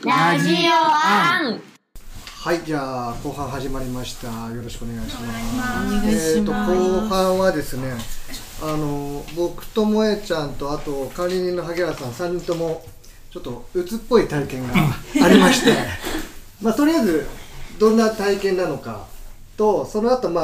ラジオアン。 はい、じゃあ後半始まりました。よろしくお願いします。 お願いします。 後半はですね、僕と萌えちゃんとあと管理人の萩原さん3人ともちょっと鬱っぽい体験がありましてまあとりあえずどんな体験なのかと、その後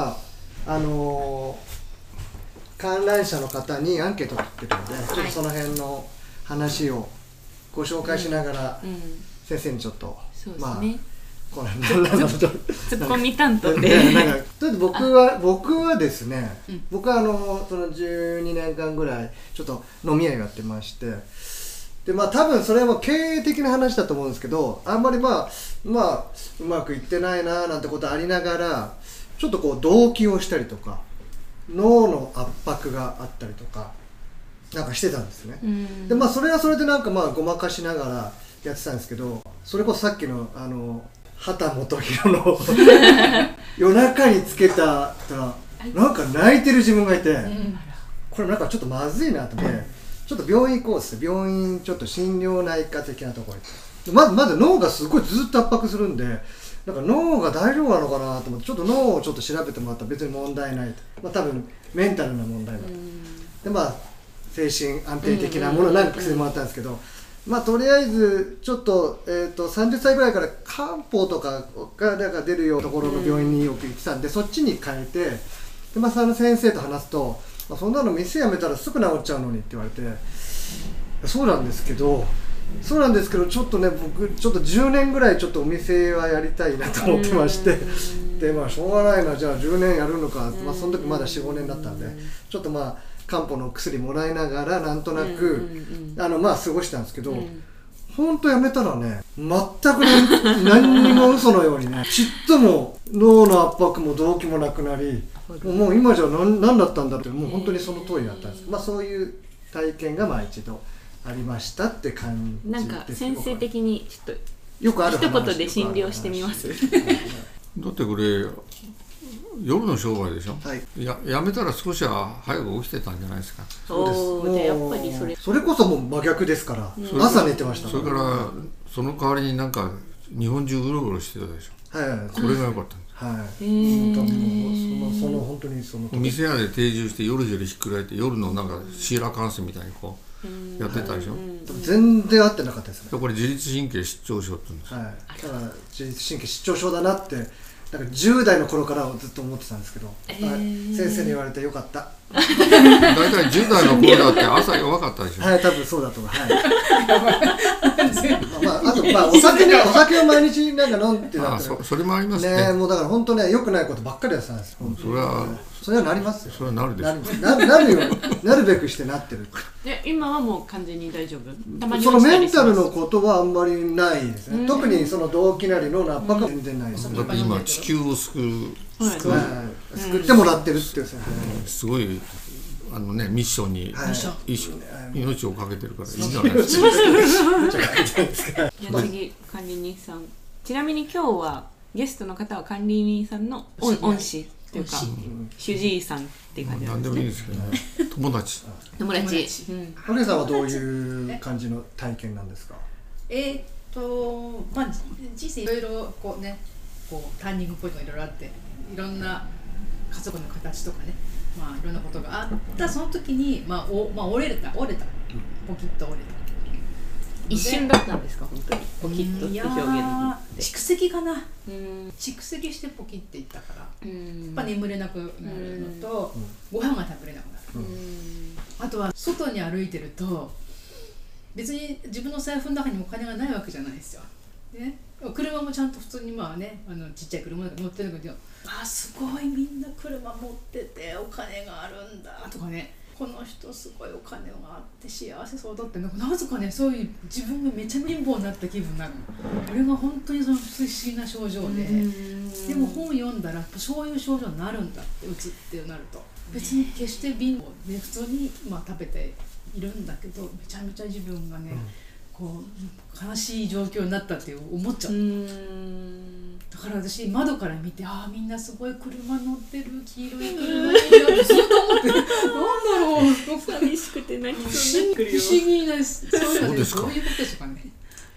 観覧車の方にアンケートを取ってるので、ちょっとその辺の話をご紹介しながら、先生にちょっと、 そうですね、 これツッコミ担当でとりあえず僕はですね、僕はその12年間ぐらいちょっと飲み屋やってまして、で多分それはもう経営的な話だと思うんですけど、あんまりうまくいってないななんてことありながら、ちょっとこう動悸をしたりとか脳の圧迫があったりとかなんかしてたんですね。でそれはそれでなんかごまかしながらやってたんですけど、それこそさっきの畑基博の夜中につけたらなんか泣いてる自分がいて、これなんかちょっとまずいなと思って、ちょっと病院行こうっすね。病院ちょっと心療内科的なところにまず脳がすごいずっと圧迫するんで、なんか脳が大丈夫なのかなと思って、ちょっと脳をちょっと調べてもらったら別に問題ないと、多分メンタルな問題だと、で精神安定的なものなんか薬もらったんですけど、とりあえずちょっと、30歳ぐらいから漢方とかがなんか出るようなところの病院によく行ってたんで、そっちに変えて、でその先生と話すと、そんなの店辞めたらすぐ治っちゃうのにって言われて、そうなんですけどちょっとね、僕ちょっと10年ぐらいちょっとお店はやりたいなと思ってまして、でしょうがないな、じゃあ10年やるのか、その時まだ 4,5 年だったんで、ちょっと漢方の薬もらいながらなんとなく過ごしたんですけど、ほんとやめたらね、全く何にも嘘のようにね、ちっとも脳の圧迫も動悸もなくなり、もう今じゃ何だったんだって、もう本当にその通りだったんです。そういう体験が一度ありましたって感じです。 なんか先生的にちょっとよくある話、 一言で診療してみますだってこれ夜の商売でしょ、 はい、 やめたら少しは早く起きてたんじゃないですか。 そうです。 じゃあやっぱりそれこそもう真逆ですから、朝寝てました。 それからその代わりになんか日本中うろうろしてたでしょ。はい、それが良かったんです。 はい。本当にその店屋で定住して夜中ひっくられて、夜のなんかシーラカンスみたいにこうやってたでしょ。 全然合ってなかったですね。 これ自律神経失調症って言うんです。 はい。だから自律神経失調症だなってなんか10代の頃からずっと思ってたんですけど、先生に言われてよかった。 大体10代の頃だって朝弱かったでしょ。 はい、多分そうだと思う。はい。あとお酒を毎日なんか飲んでたって、 それもありますね。 もうだから本当ね、良くないことばっかりやってたんですよ。それはなりますよ。 それはなるでしょ。 なるべくしてなってる。 今はもう完全に大丈夫。たまにそのメンタルのことはあんまりないですね。特にその動機なりの圧迫は全然ないです。 だって今地球を救ってもらってるっていうすごいミッションに命をかけてるからいいんじゃないですか。 次管理人さん。ちなみに今日はゲストの方は管理人さんの恩師というか主治医さんっていう感じなんですね。 何でもいいですけどね。友達。 影さんはどういう感じの体験なんですか？ 人生いろいろターニングポイントがいろいろあって、いろんな家族の形とかね、いろんなことがあったその時に折れたポキッと折れた。 一瞬だったんですか、本当にポキッとって表現って蓄積かな。蓄積してポキっていったから、やっぱ眠れなくなるのと、ご飯が食べれなくなる。あとは外に歩いてると別に自分の財布の中にお金がないわけじゃないですよ。ね、車もちゃんと普通にちっちゃい車乗ってるけど、すごいみんな車持っててお金があるんだとかね、この人すごいお金があって幸せそうだって、なぜかね、そういう自分がめちゃ貧乏になった気分になるの。これが本当にその不思議な症状で、でも本読んだらそういう症状になるんだって、うつってなると別に決して貧乏で普通に食べているんだけど、めちゃめちゃ自分がね、悲しい状況になったって思っちゃう。だから私窓から見て、みんなすごい車乗ってる、黄色い車にってずっと思ってなんだろう、 寂しくて泣きそうになってくるよ。 不思議です。 そうですか。 どういうことでしょうかね。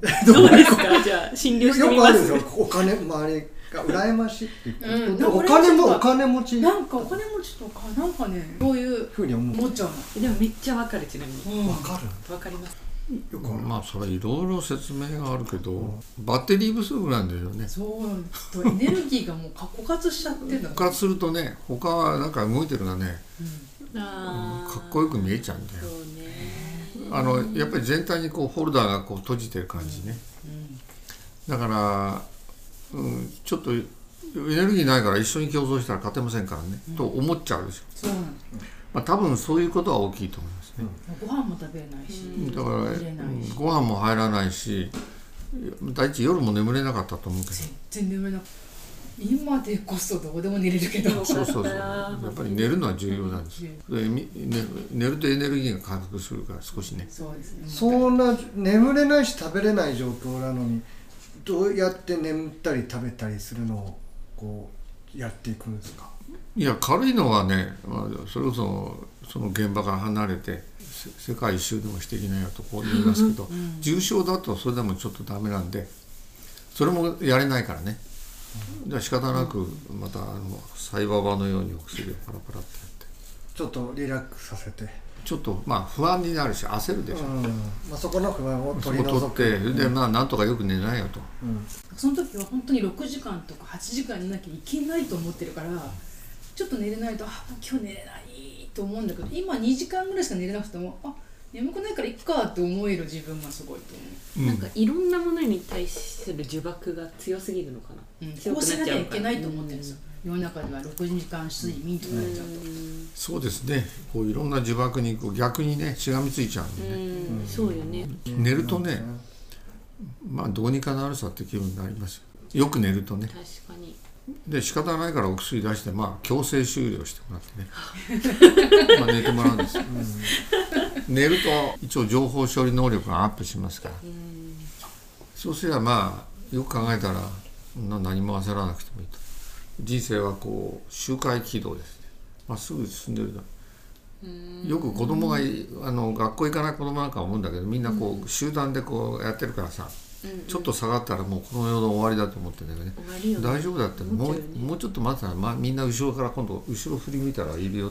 どうですかじゃあ診療してみます。 よくあるんですよ、お金周りが羨ましいって言って、おお金持ちなんかお金持ちとかなんかねそういうふうに思っちゃうの。 でもめっちゃわかる。ちなみにわかる。 わかります。 よくある。 まあそれいろいろ説明があるけど、バッテリー不足なんだよね。 そうエネルギーがもう枯渇しちゃってんだ。 枯渇するとね、他はなんか動いてるがね、 あかっこよく見えちゃうんだよ。 そうね。 やっぱり全体にこうホルダーがこう閉じてる感じね。だから、ちょっとエネルギーないから一緒に競争したら勝てませんからね、と思っちゃうでしょ。 そうなんです。 まあ多分そういうことは大きいと思いますね。 ご飯も食べれないし、 だから寝れないしご飯も入らないし、第一夜も眠れなかったと思うけど。 全然眠れなくて。今でこそどこでも寝れるけど。 そうそうそう。やっぱり寝るのは重要なんです。寝るとエネルギーが回復するから少しね。 そうですね。 そんな眠れないし食べれない状況なのに、どうやって眠ったり食べたりするのをこうやっていくんですか？ いや、軽いのはね、それこそその現場から離れて世界一周でもしていきなよとこう言いますけど、重症だとそれでもちょっとダメなんで、それもやれないからね。じゃあ仕方なくまたサイババのようにお薬をパラパラってやってちょっとリラックスさせて、 ちょっとまあ不安になるし焦るでしょ、 まあ、そこの不安を取り除く。 そこ取ってでまあなんとかよく寝ないよと、 その時は本当に6時間とか8時間寝なきゃいけないと思ってるから、ちょっと寝れないともう今日寝れないと思うんだけど、今2時間ぐらいしか寝れなくても眠くないからいっかって思える自分がすごいと思う。 なんかいろんなものに対する呪縛が強すぎるのかな。 こうしなきゃいけないと思ってるんですよ。世の中では6時間睡眠とかやっちゃうと。 そうですね、こういろんな呪縛にこう逆にねしがみついちゃうんでね、 そうよね。 寝るとね、まあどうにかなるさって気分になりますよ。よく寝るとね。 確かに。 で仕方ないからお薬出してまあ強制終了してもらってねまあ寝てもらうんですよ、寝ると一応情報処理能力がアップしますから、そうすればまあよく考えたら何も焦らなくてもいいと。人生はこう周回軌道ですね。まっすぐ進んでると。よく子供が学校行かない子供なんか思うんだけど、みんなこう集団でこうやってるからさ、ちょっと下がったらもうこの世の終わりだと思ってるんだけどね。大丈夫だって、もうちょっと待ってたら、みんな後ろから今度後ろ振り向いたらいるよって、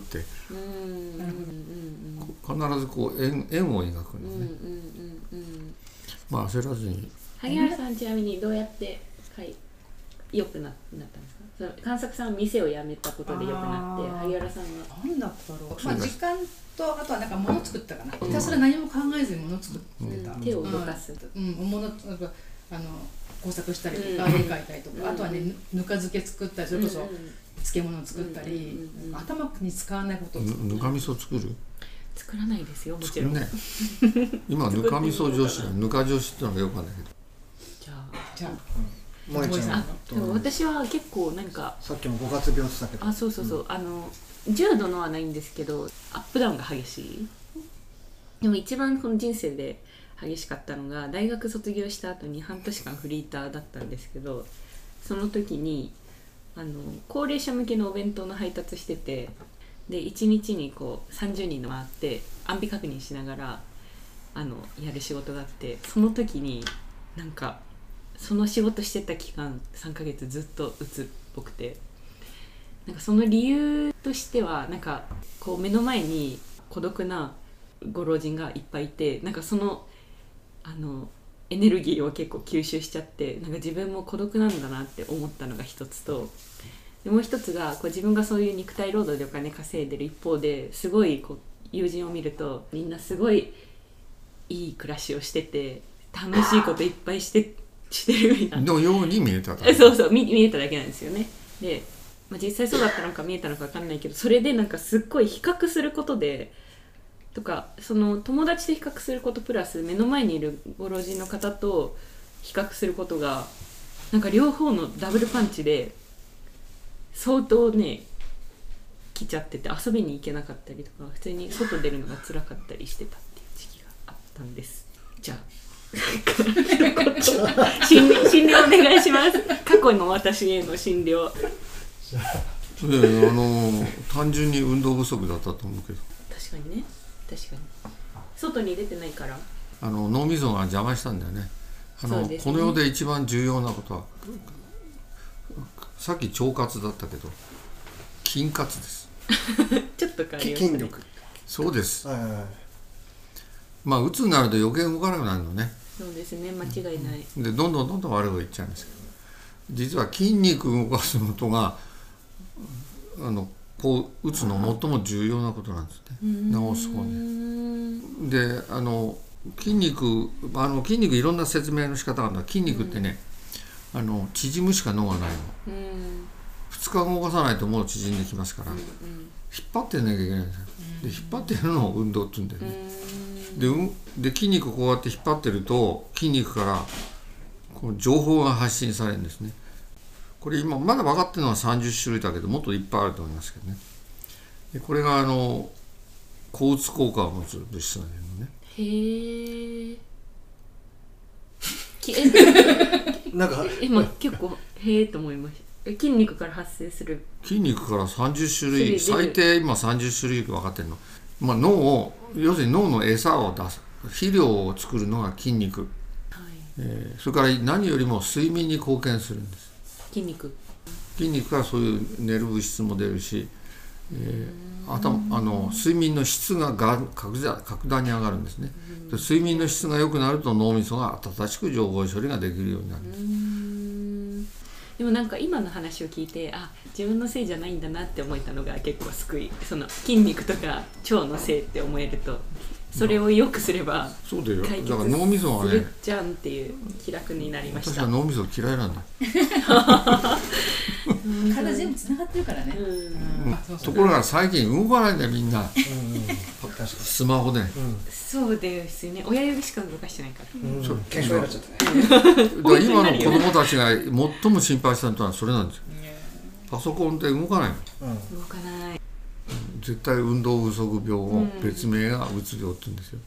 必ずこう円を描くのね。まあ焦らずに。 萩原さんちなみにどうやって良くなったんですか？その観作さんは店を辞めたことで良くなって、萩原さんは何だったろう。まあ時間とあとはなんか物作ったかな。ひたすら何も考えずに物作ってた。 手を動かす。 物なんか工作したりとか絵描いたりとか、あとはねぬか漬け作ったり、それこそ漬物作ったり、頭に使わないことを作ったり。 ぬか味噌作る？ 作らないですよ、もちろん。 ね。今ぬか味噌女子、ぬか女子ってのがよくあるんだけど。 じゃあ。 萌ちゃんでも私は結構なんかさっきも5月病って言ったけど、 そう、重度のはないんですけどアップダウンが激しい。でも一番この人生で激しかったのが大学卒業した後に半年間フリーターだったんですけど、その時に高齢者向けのお弁当の配達してて、で1日にこう30人の回って安否確認しながらやる仕事があって、その時になんかその仕事してた期間3ヶ月ずっと鬱っぽくて、なんかその理由としてはなんかこう目の前に孤独なご老人がいっぱいいて、なんかそのエネルギーを結構吸収しちゃって、なんか自分も孤独なんだなって思ったのが一つと、でもう一つがこう自分がそういう肉体労働でお金稼いでる一方ですごいこう友人を見るとみんなすごいいい暮らしをしてて楽しいこといっぱいしてるみたいなのように見えたそう見えただけなんですよね。で、実際そうだったのか見えたのか分かんないけど、それでなんかすっごい比較することでとか、その友達と比較することプラス目の前にいるご老人の方と比較することがなんか両方のダブルパンチで相当ね来ちゃってて、遊びに行けなかったりとか普通に外出るのが辛かったりしてたっていう時期があったんです。じゃあ診療お願いします。過去の私への診療。 単純に運動不足だったと思うけど。 確かにね、確かに外に出てないから脳みそが邪魔したんだよね。 そうですね、 この世で一番重要なことはさっき腸活だったけど筋活です。 ちょっと変わりましたね。 筋力。 そうです。 はいはいはい。 まあうつになると余計動かなくなるのね。 そうですね、間違いない。 でどんどん悪い方いっちゃうんですけど、実は筋肉を動かすことがこううつの最も重要なことなんですね。治す方ね。で筋肉いろんな説明の仕方があるんだ。筋肉ってね、縮むしか脳がないの。2日動かさないともう縮んできますから、引っ張ってなきゃいけないんですよ。で引っ張ってるのを運動って言うんだよね。で筋肉こうやって引っ張ってると筋肉からこう情報が発信されるんですね。これ今まだ分かってるのは30種類だけどもっといっぱいあると思いますけどね。でこれが抗うつ効果を持つ物質なんだよね。 へえ。 なんか今結構へえと思いました。筋肉から発生する。 筋肉から30種類、最低今30種類分かってるの。まあ要するに脳の餌を出す肥料を作るのが筋肉、はい。それから何よりも睡眠に貢献するんです。筋肉からそういう寝る物質も出るし、睡眠の質が格段に上がるんですね。で睡眠の質が良くなると脳みそが正しく情報処理ができるようになるんです。 でもなんか今の話を聞いて自分のせいじゃないんだなって思えたのが結構救い。その筋肉とか腸のせいって思えるとそれを良くすればそうだよ。 解決だから脳みそはねするじゃんっていう気楽になりました。 私は脳みそ嫌いなんだ。 体全部つながってるからね。 ところが最近動かないんだよみんな。スマホで。 そうですよね。親指しか動かしてないから。 腱鞘になっちゃったね。 だから今の子供たちが最も心配したのはそれなんですよ。パソコンって動かないの。 動かない。 絶対運動不足病を別名がうつ病って言うんですよ。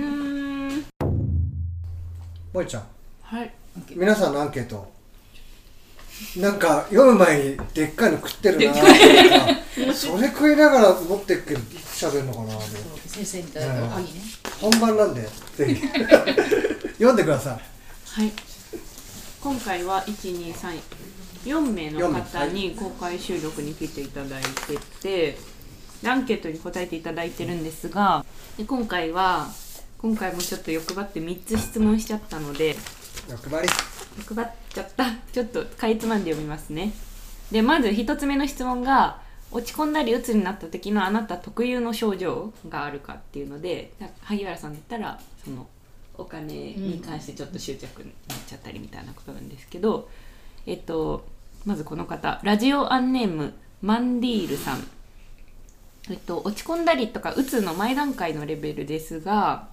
もえちゃん、 はい。 皆さんのアンケートなんか読む前にでっかいの食ってるなとかそれ食いながら持ってっけどいつ喋るのかなと。 先生みたいなおはぎね。 本番なんでぜひ読んでください。 はい。今回は1,2,3,4名の方に公開収録に来ていただいてて、アンケートに答えていただいてるんですが、で今回もちょっと欲張って3つ質問しちゃったので、 欲張っちゃった。ちょっとかいつまんで読みますね。でまず1つ目の質問が、落ち込んだり鬱になった時のあなた特有の症状があるかっていうので、萩原さんだったらそのお金に関してちょっと執着になっちゃったりみたいなことなんですけど、まずこの方、ラジオアンネームマンディールさん。落ち込んだりとかうつの前段階のレベルですが、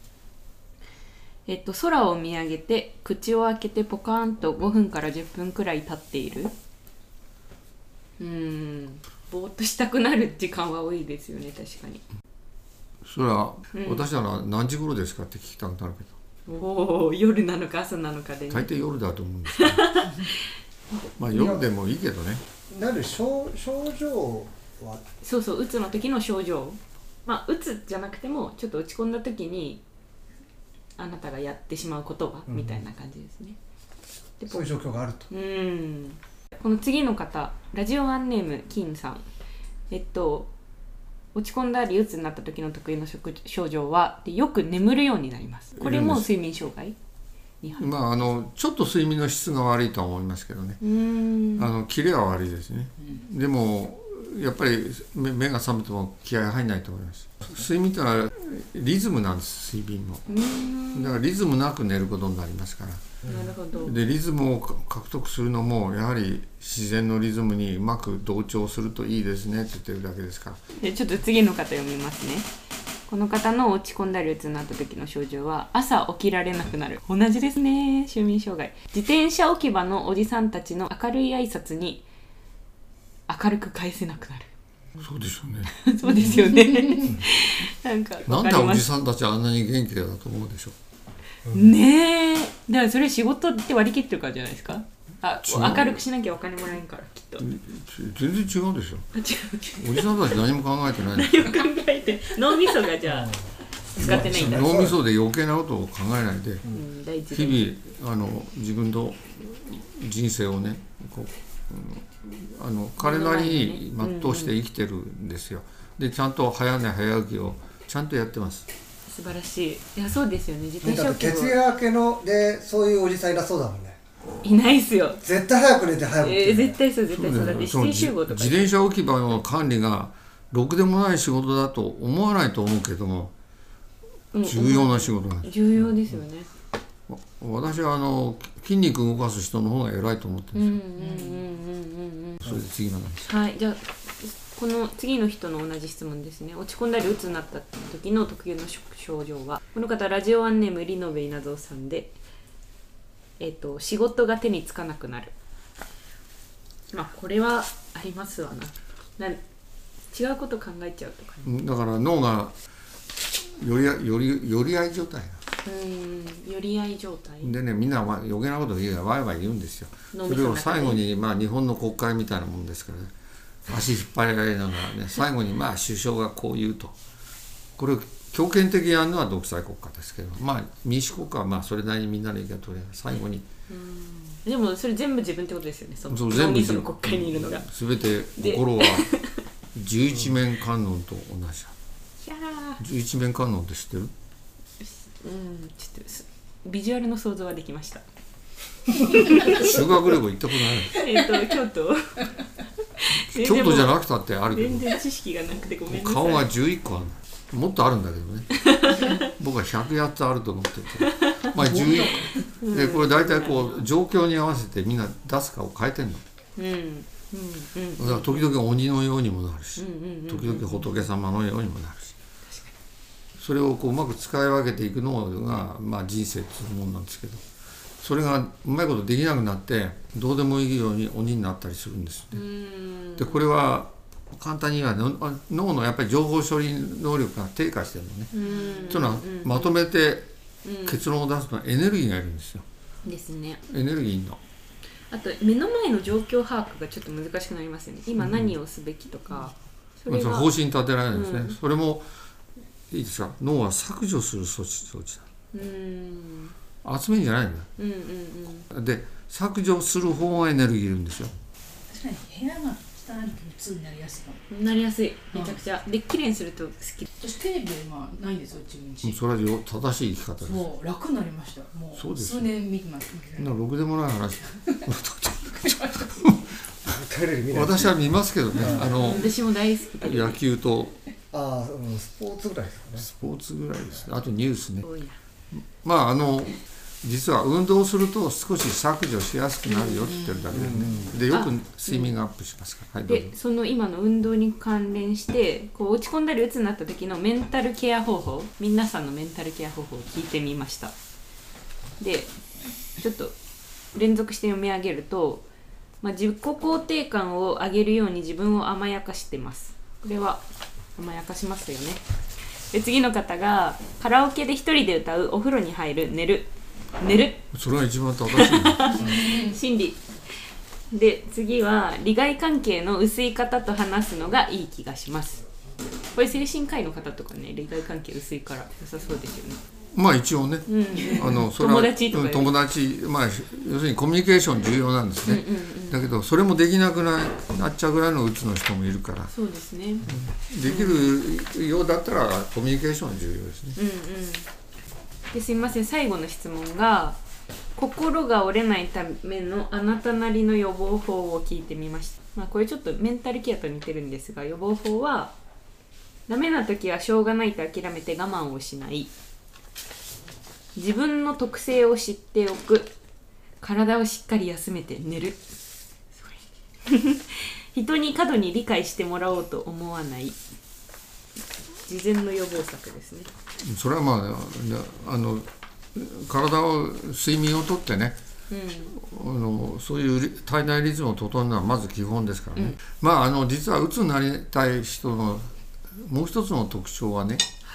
空を見上げて口を開けてポカーンと5分から10分くらい経っている。ぼーっとしたくなる時間は多いですよね。確かに。 それは、私なら何時頃ですかって聞きたくなるけど、夜なのか朝なのかで、ね、 大抵夜だと思うんですけどまあ夜でもいいけどね。 なる症状はそううつの時の症状、うつじゃなくてもちょっと落ち込んだ時にあなたがやってしまうことは、みたいな感じですね。でそういう状況があると。 この次の方、ラジオアンネーム金さん。落ち込んだり鬱になった時の得意の症状はよく眠るようになります。これも睡眠障害に入る。 ちょっと睡眠の質が悪いとは思いますけどね。キレは悪いですね。でもやっぱり目が覚めても気合入んないと思います。睡眠ってのはリズムなんです。睡眠もだからリズムなく寝ることになりますから。 なるほど。 でリズムを獲得するのもやはり自然のリズムにうまく同調するといいですねって言ってるだけですから。 でちょっと次の方読みますね。この方の落ち込んだり鬱になった時の症状は、朝起きられなくなる。同じですね。睡眠障害。自転車置き場のおじさんたちの明るい挨拶に明るく返せなくなる。 そうでしょうねそうですよねなんでおじさんたちはあんなに元気だと思うでしょう、 ねえ。だからそれ仕事って割り切ってるからじゃないですか。明るくしなきゃお金もらえんから、きっと。 全然違うでしょ。違う。おじさんたち何も考えてない。 何も考えて脳みそがじゃあ使ってないんだ。 脳みそで余計なことを考えないで、 大事日々自分の人生をねこう、彼なりに全うして生きてるんですよ。でちゃんと早寝早起きをちゃんとやってます。 素晴らしい。いやそうですよね。自転車だって徹夜明けのでそういうおじさんいなそうだもんね。 いないっすよ。 絶対早く寝て早く起きて、 絶対そう絶対そう。だって7時集合とか。 自転車置き場の管理がろくでもない仕事だと思わないと思うけども、重要な仕事なんです。 重要ですよね。 私は筋肉動かす人の方が偉いと思ってるんですよ。それで次の話。 はい、じゃあこの次の人の同じ質問ですね。落ち込んだり鬱になった時の特有の症状は、この方ラジオワンネームリノベ稲造さんで、仕事が手につかなくなる。まあこれはありますわな。違うこと考えちゃうとか、 ね、だから脳がより合い状態より合い状態でね、みんな余計なこと言うからワイワイ言うんですよ。それを最後に日本の国会みたいなもんですからね、足引っ張りられながらね、最後に首相がこう言うと、これを強権的にやるのは独裁国家ですけど、民主国家はそれなりにみんなの意見が取れない。最後にでもそれ全部自分ってことですよね。 そう全部自分、 国会にいるのが全て心は十一面観音と同じだ。十一面観音って知ってる？ ちょっとビジュアルの想像はできました。 修学旅行行ったことない？ 京都京都じゃなくたってあるけど、 全然知識がなくてごめんなさい。 顔が11個ある。もっとあるんだけどね。僕は108つあると思ってて、11個で、これ大体こう状況に合わせてみんな出す顔変えてんの。だから時々鬼のようにもなるし、時々仏様のようにもなるし、それをこううまく使い分けていくのが、人生っていうものなんですけど、それがうまいことできなくなってどうでもいいように鬼になったりするんですよね。でこれは簡単に言えば脳のやっぱり情報処理能力が低下してるのね。というのはまとめて結論を出すのはエネルギーがいるんですよ。 ですね。 エネルギーの。 あと目の前の状況把握がちょっと難しくなりますよね。今何をすべきとか、 それが方針立てられないですね。それもいいですか、脳は削除する装置だ。集めんじゃないんだ。で削除する方がエネルギーいるんですよ。 確かに部屋が汚いと鬱になりやすいかも。 なりやすい。めちゃくちゃ。で綺麗にすると好き。 私テレビはないんですよ、自分家。 それは正しい生き方です。 そう楽になりました。もう数年見てます。 ろくでもない話。私は見ますけどね。 私も大好き。 野球とスポーツぐらいですかね。 スポーツぐらいですね。あとニュースね。実は運動すると少し削除しやすくなるよって言ってるだけでね。でよく睡眠がアップしますから。 でその今の運動に関連してこう落ち込んだり鬱になった時のメンタルケア方法、皆さんのメンタルケア方法を聞いてみました。でちょっと連続して読み上げると、自己肯定感を上げるように自分を甘やかしてます。これは甘やかしますよね。で次の方がカラオケで一人で歌う、お風呂に入る、寝る。 それが一番正しい。 心理で次は利害関係の薄い方と話すのがいい気がします。これ精神科医の方とかね、利害関係薄いから良さそうですよね。 一応ね、それは友達とか友達、要するにコミュニケーション重要なんですね。だけどそれもできなくなっちゃうぐらいのうつの人もいるから、 そうですね。 できるようだったらコミュニケーションは重要ですね。 ですいません、最後の質問が心が折れないためのあなたなりの予防法を聞いてみました。これちょっとメンタルケアと似てるんですが、予防法はダメな時はしょうがないと諦めて我慢をしない、自分の特性を知っておく、体をしっかり休めて寝る人に過度に理解してもらおうと思わない、事前の予防策ですね。 それは体を睡眠をとってね、そういう体内リズムを整えるのはまず基本ですからね。実はうつになりたい人のもう一つの特徴はね、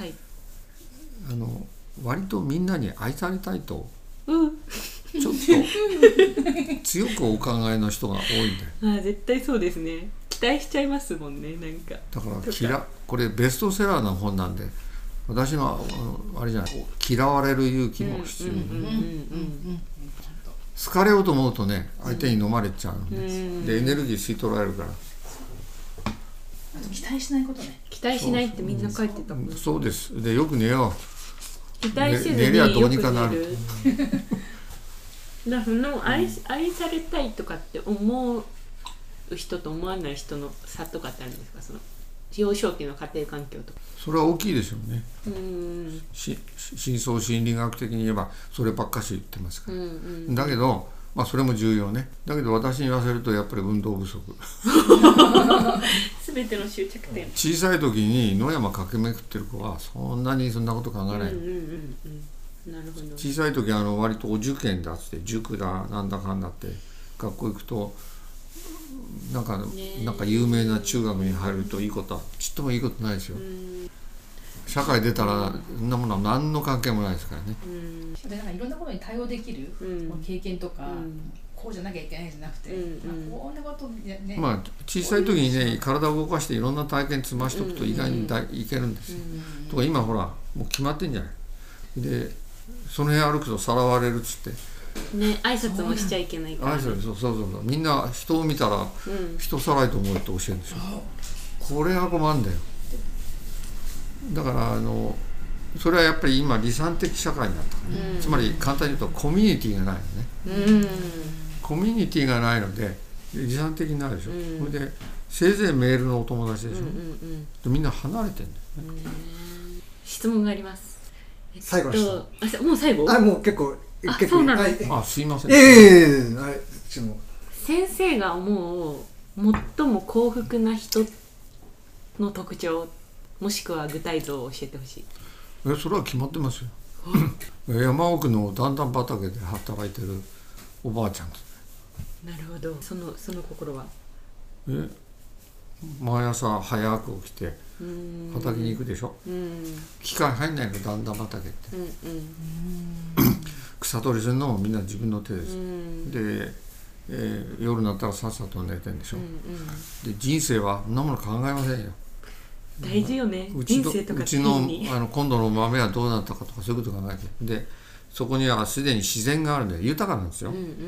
割とみんなに愛されたいと、ちょっと強くお考えの人が多いんだよ。 絶対そうですね。期待しちゃいますもんね。なんかだからこれベストセラーの本なんで、 私のあれじゃない、嫌われる勇気も必要に、好かれようと思うとね相手に飲まれちゃうので、でエネルギー吸い取られるから。 あと期待しないことね。 期待しないってみんな書いてたもん。 そうです。でよく寝よ期待せずに寝りゃどうよくにかなる。 寝る。だからその愛されたいとかって思う人と思わない人の差とかってあるんですか？その幼少期の家庭環境とか。 それは大きいでしょうね。深層心理学的に言えばそればっかし言ってますから、だけど、まあ、それも重要ね。だけど私に言わせるとやっぱり運動不足全ての終着点。 小さい時に野山駆け巡ってる子はそんなにそんなこと考えない、 なるほど。 小さい時割とお受験だっつって塾だなんだかんだって学校行くとなんか有名な中学に入るといいことはちっともいいことないですよ。社会出たらそんなものは何の関係もないですからね。 でなんかいろんなことに対応できる、経験とか、こうじゃなきゃいけないじゃなくて、こんなことね。 まあ小さい時にね体を動かしていろんな体験積ましておくと意外にいけるんですよ。とか今ほらもう決まってんじゃない。でその辺歩くとさらわれるっつって。 ね、挨拶もしちゃいけないから、ね、 そうみんな人を見たら人さらいと思うって教えるんですよ。これが困るんだよ。だからそれはやっぱり今離散的社会になった、つまり簡単に言うとコミュニティがないのね、コミュニティがないので離散的になるでしょ、それでせいぜいメールのお友達でしょ、でみんな離れてるんだよね。 質問があります。 最後の質問。 もう最後？ もう結構そうなの。 すいません。 先生が思う最も幸福な人の特徴もしくは具体像を教えてほしい。 それは決まってますよ山奥の段々畑で働いてるおばあちゃんです。 なるほど。その心は毎朝早く起きて畑に行くでしょ。機械入んないの段々畑って、草取りするのもみんな自分の手です、で、夜になったらさっさと寝てんでしょ、で人生はそんなもの考えませんよ。 大事よね。 うちの今度の豆はどうなったかとかそういうこと考えて、でそこにはすでに自然があるんで豊かなんですよ。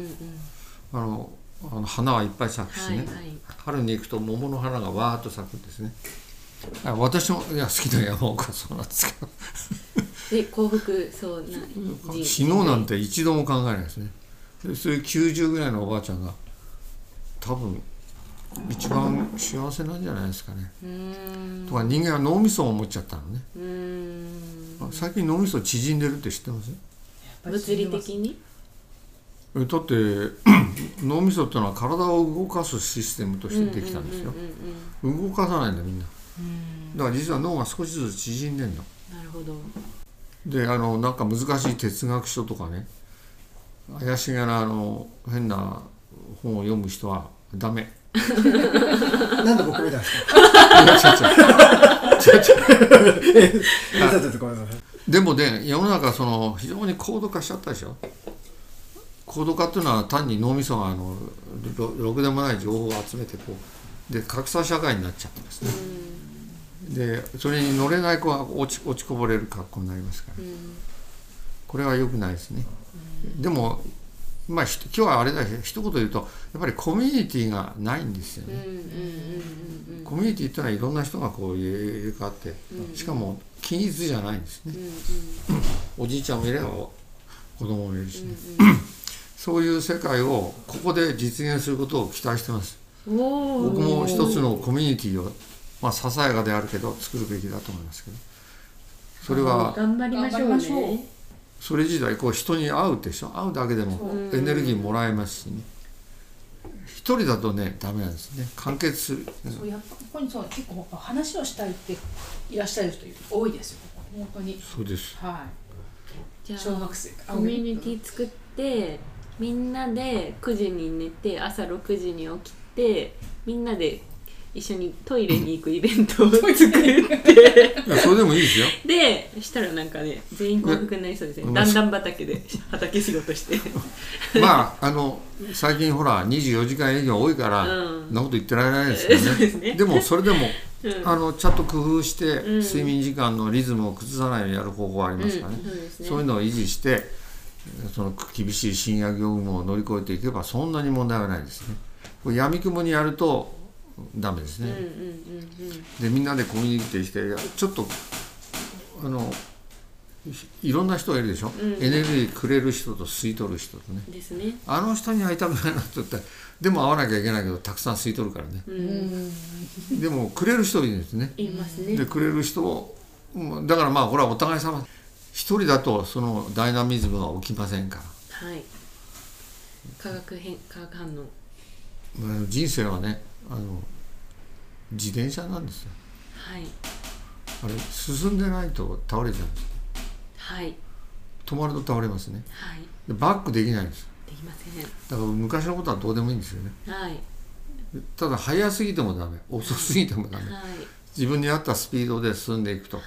花はいっぱい咲くしね、春に行くと桃の花がわーっと咲くんですね。私も好きな山奥はそうなんですけど幸福そうな死のうなんて一度も考えないですね。そういう90ぐらいのおばあちゃんが多分一番幸せなんじゃないですかね。とか人間は脳みそを持っちゃったのね。最近脳みそ縮んでるって知ってます？ 物理的に？ だって脳みそってのは体を動かすシステムとしてできたんですよ。動かさないんだみんな。だから実は脳が少しずつ縮んでんの。 なるほど。 でなんか難しい哲学書とかね怪しげな変な本を読む人はダメ。 なんで僕みたいですか？ でもね世の中非常に高度化しちゃったでしょ。高度化っていうのは単に脳みそがろくでもない情報を集めてで格差社会になっちゃってますね。でそれに乗れない子は落ちこぼれる格好になりますから、これは良くないですね。でも今日はあれだけ一言言うとやっぱりコミュニティがないんですよね。コミュニティってのはいろんな人が入れ替わって、しかも均一じゃないんですね。おじいちゃんもいれば子供もいるしね。そういう世界をここで実現することを期待してます。僕も一つのコミュニティをささやかであるけど作るべきだと思いますけど、それは頑張りましょうね。 それ自体人に会うでしょ。会うだけでもエネルギーもらえますしね。一人だとねダメなんですね。完結する。 やっぱここに結構話をしたいっていらっしゃる人多いですよ。本当に。 そうです。 はい。じゃあ小学生コミュニティ作ってみんなで9時に寝て朝6時に起きてみんなで一緒にトイレに行くイベントを作ってそれでもいいですよ。 でしたらなんかね全員幸福になりそうですね。段々畑で畑仕事して最近ほら24時間営業多いから、そんなこと言ってられないですよね。 そうですね。 でもそれでもちゃんと工夫して睡眠時間のリズムを崩さないようにやる方法はありますからね、そういうのを維持してその厳しい深夜業務を乗り越えていけばそんなに問題はないですね。これ闇雲にやるとダメですね。でみんなでコミュニケーションしてちょっといろんな人がいるでしょ、エネルギーくれる人と吸い取る人とね。ですね。あの人に会いたくないなって言ったらでも会わなきゃいけないけどたくさん吸い取るからね。でもくれる人いるんですね。いますね。でくれる人をだからまあこれはお互い様。一人だとそのダイナミズムが起きませんから。はい。化学反応。人生はね自転車なんですよ。はい。あれ進んでないと倒れちゃうんです。はい。止まると倒れますね。はい。でバックできないんです。できません。だから昔のことはどうでもいいんですよね。はい。ただ速すぎてもダメ、遅すぎてもダメ。はい。自分に合ったスピードで進んでいくと。はい。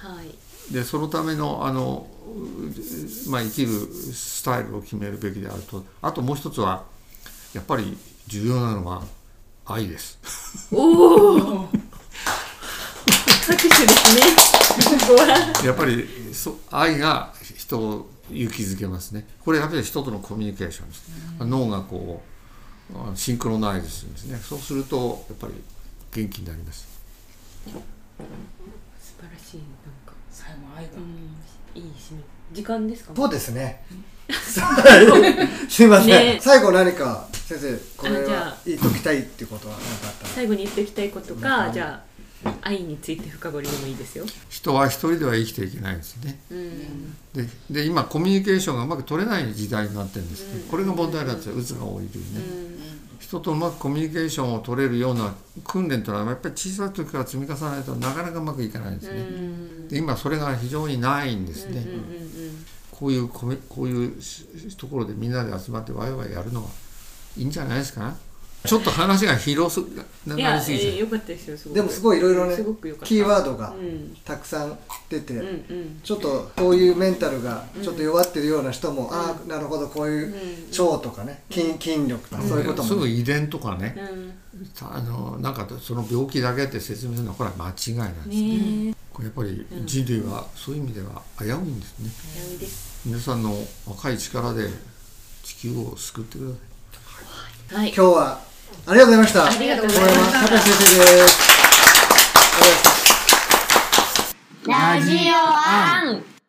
でそのための生きるスタイルを決めるべきであると、あともう一つはやっぱり重要なのは愛です。おお。拍手ですね。やっぱり愛が人を勇気づけますね。これやっぱり人とのコミュニケーションです。脳がこうシンクロナイズするんですね。そうするとやっぱり元気になります。素晴らしい。なんか最後愛が、いい締め時間ですか。そうですね。すいません、ね、最後何か先生これは言っときたいっていうことは何かあったら最後に言っておきたいことか、じゃあ愛について深掘りでもいいですよ。人は一人では生きていけないですね。で今コミュニケーションがうまく取れない時代になってるんですね。これが問題なんですよ。うつが多い理由ね。人とうまくコミュニケーションを取れるような訓練というのはやっぱり小さい時から積み重ねないとなかなかうまくいかないんですね。で今それが非常にないんですね。こういうところでみんなで集まってワイワイやるのはいいんじゃないですか。ちょっと話が広なりすぎちゃう。よかったですよ。でもすごいいろいろねキーワードがたくさん出て、ちょっとこういうメンタルがちょっと弱ってるような人も、ああなるほどこういう腸とかね筋力とかそういうこともすぐ遺伝とかね、なんかその病気だけって説明するのはこれは間違いなんですね。これやっぱり人類はそういう意味では危ういんですね。危ういです。皆さんの若い力で地球を救ってください。はい、今日はありがとうございました。ありがとうございました。高橋先生です。ラジオアン。